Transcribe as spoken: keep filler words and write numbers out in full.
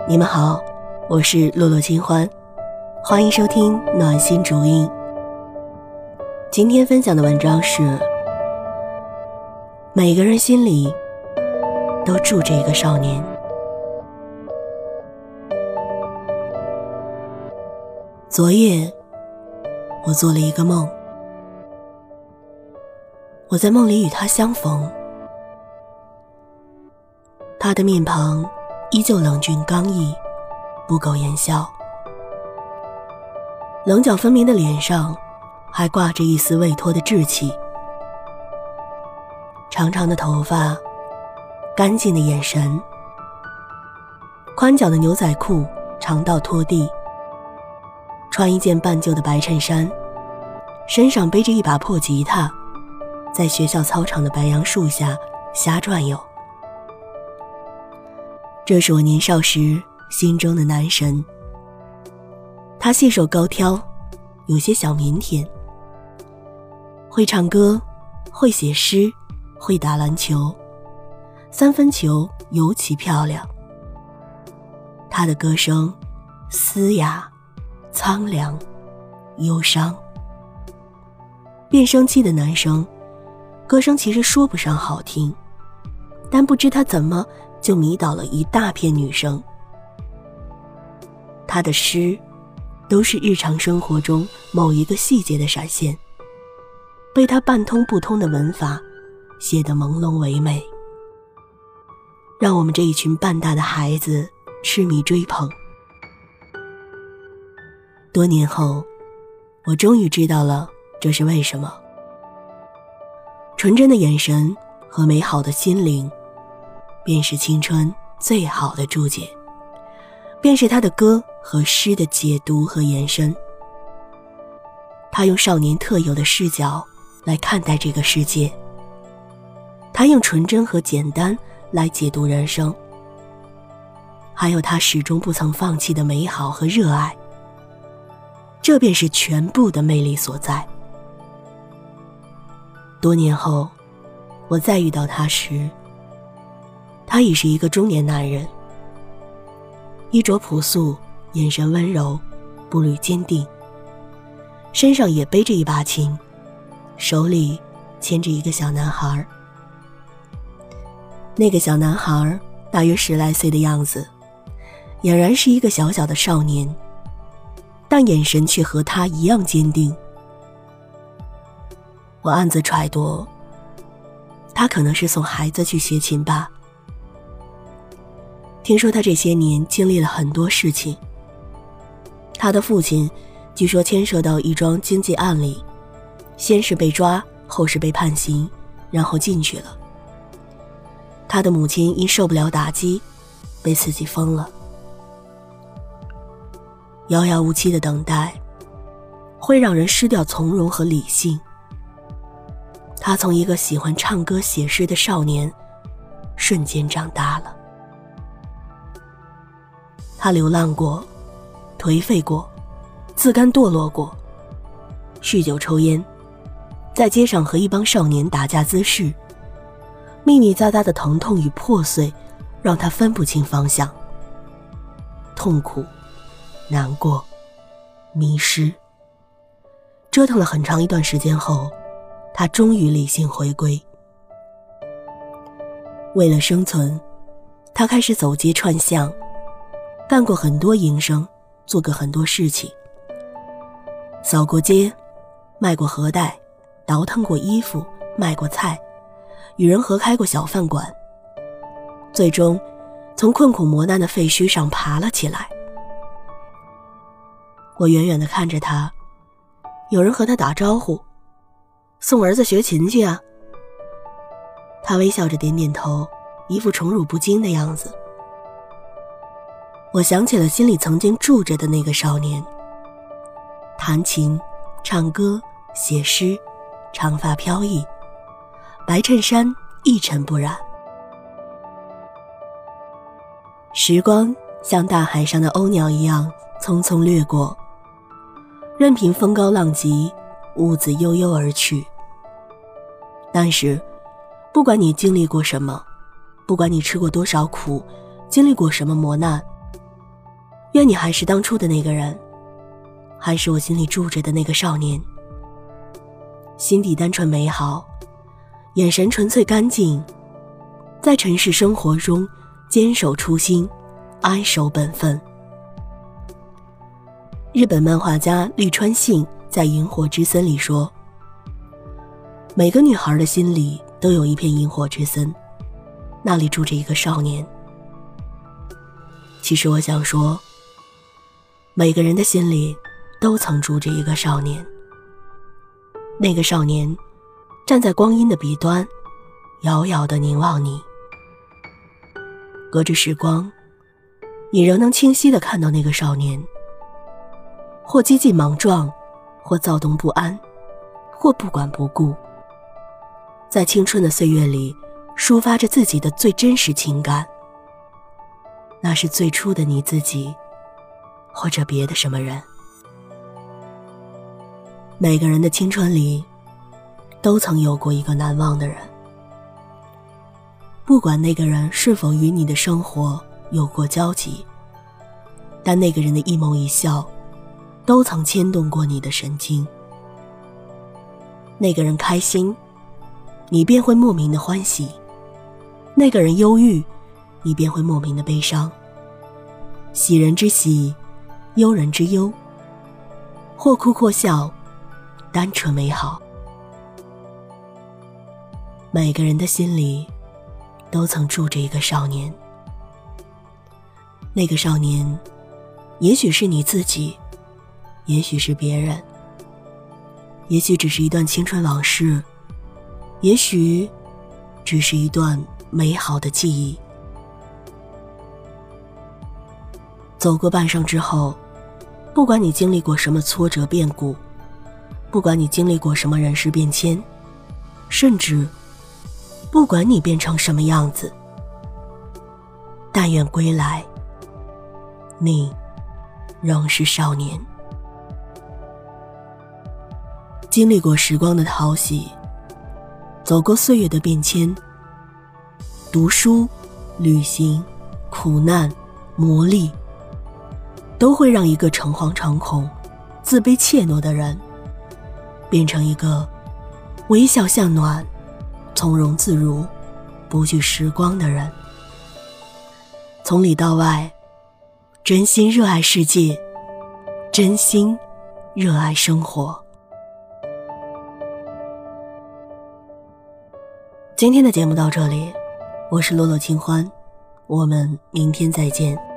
你们好，我是落落清欢，欢迎收听暖心竹音。今天分享的文章是每个人心里都住着一个少年。昨夜我做了一个梦，我在梦里与他相逢，他的面庞依旧冷峻刚毅，不苟言笑，棱角分明的脸上还挂着一丝未脱的稚气，长长的头发，干净的眼神，宽脚的牛仔裤长到拖地，穿一件半旧的白衬衫，身上背着一把破吉他，在学校操场的白杨树下瞎转悠。这是我年少时心中的男神，他细手高挑，有些小腼腆，会唱歌，会写诗，会打篮球，三分球尤其漂亮。他的歌声嘶哑、苍凉、忧伤。变声期的男生，歌声其实说不上好听，但不知他怎么就迷倒了一大片女生。他的诗都是日常生活中某一个细节的闪现，被他半通不通的文法写得朦胧唯美，让我们这一群半大的孩子痴迷追捧。多年后，我终于知道了这是为什么。纯真的眼神和美好的心灵，便是青春最好的注解，便是他的歌和诗的解读和延伸。他用少年特有的视角来看待这个世界，他用纯真和简单来解读人生，还有他始终不曾放弃的美好和热爱，这便是全部的魅力所在。多年后，我再遇到他时，他已是一个中年男人，衣着朴素，眼神温柔，步履坚定，身上也背着一把琴，手里牵着一个小男孩。那个小男孩大约十来岁的样子，俨然是一个小小的少年，但眼神却和他一样坚定。我暗自揣度，他可能是送孩子去学琴吧。听说他这些年经历了很多事情，他的父亲据说牵涉到一桩经济案里，先是被抓，后是被判刑，然后进去了。他的母亲因受不了打击，被刺激疯了。遥遥无期的等待，会让人失掉从容和理性。他从一个喜欢唱歌写诗的少年，瞬间长大了。他流浪过，颓废过，自甘堕落过，酗酒抽烟，在街上和一帮少年打架滋事，密密匝匝的疼痛与破碎让他分不清方向。痛苦，难过，迷失，折腾了很长一段时间后，他终于理性回归。为了生存，他开始走街串巷，干过很多营生，做过很多事情，扫过街，卖过盒带，倒腾过衣服，卖过菜，与人合开过小饭馆，最终从困苦磨难的废墟上爬了起来。我远远地看着他，有人和他打招呼，送儿子学琴去啊。他微笑着点点头，一副宠辱不惊的样子。我想起了心里曾经住着的那个少年，弹琴，唱歌，写诗，长发飘逸，白衬衫一尘不染。时光像大海上的鸥鸟一样匆匆掠过，任凭风高浪急，兀自悠悠而去。但是不管你经历过什么，不管你吃过多少苦，经历过什么磨难， 愿你还是当初的那个人，还是我心里住着的那个少年，心底单纯美好，眼神纯粹干净，在尘世生活中坚守初心，安守本分。日本漫画家绿川信在《萤火之森》里说，每个女孩的心里都有一片萤火之森，那里住着一个少年。其实我想说，每个人的心里都曾住着一个少年，那个少年站在光阴的彼端，遥遥地凝望你。隔着时光，你仍能清晰地看到那个少年，或激进莽撞，或躁动不安，或不管不顾，在青春的岁月里抒发着自己的最真实情感。那是最初的你自己，或者别的什么人。每个人的青春里都曾有过一个难忘的人，不管那个人是否与你的生活有过交集，但那个人的一眸一笑都曾牵动过你的神经。那个人开心，你便会莫名的欢喜；那个人忧郁，你便会莫名的悲伤。喜人之喜，忧人之忧，或哭或笑，单纯美好。每个人的心里都曾住着一个少年，那个少年也许是你自己，也许是别人，也许只是一段青春往事，也许只是一段美好的记忆。走过半生之后，不管你经历过什么挫折变故，不管你经历过什么人事变迁，甚至不管你变成什么样子，但愿归来，你仍是少年。经历过时光的淘洗，走过岁月的变迁，读书、旅行、苦难、磨砺，都会让一个诚惶诚恐、自卑怯懦的人变成一个微笑向暖、从容自如、不惧时光的人。从里到外，真心热爱世界，真心热爱生活。今天的节目到这里，我是洛洛清欢，我们明天再见。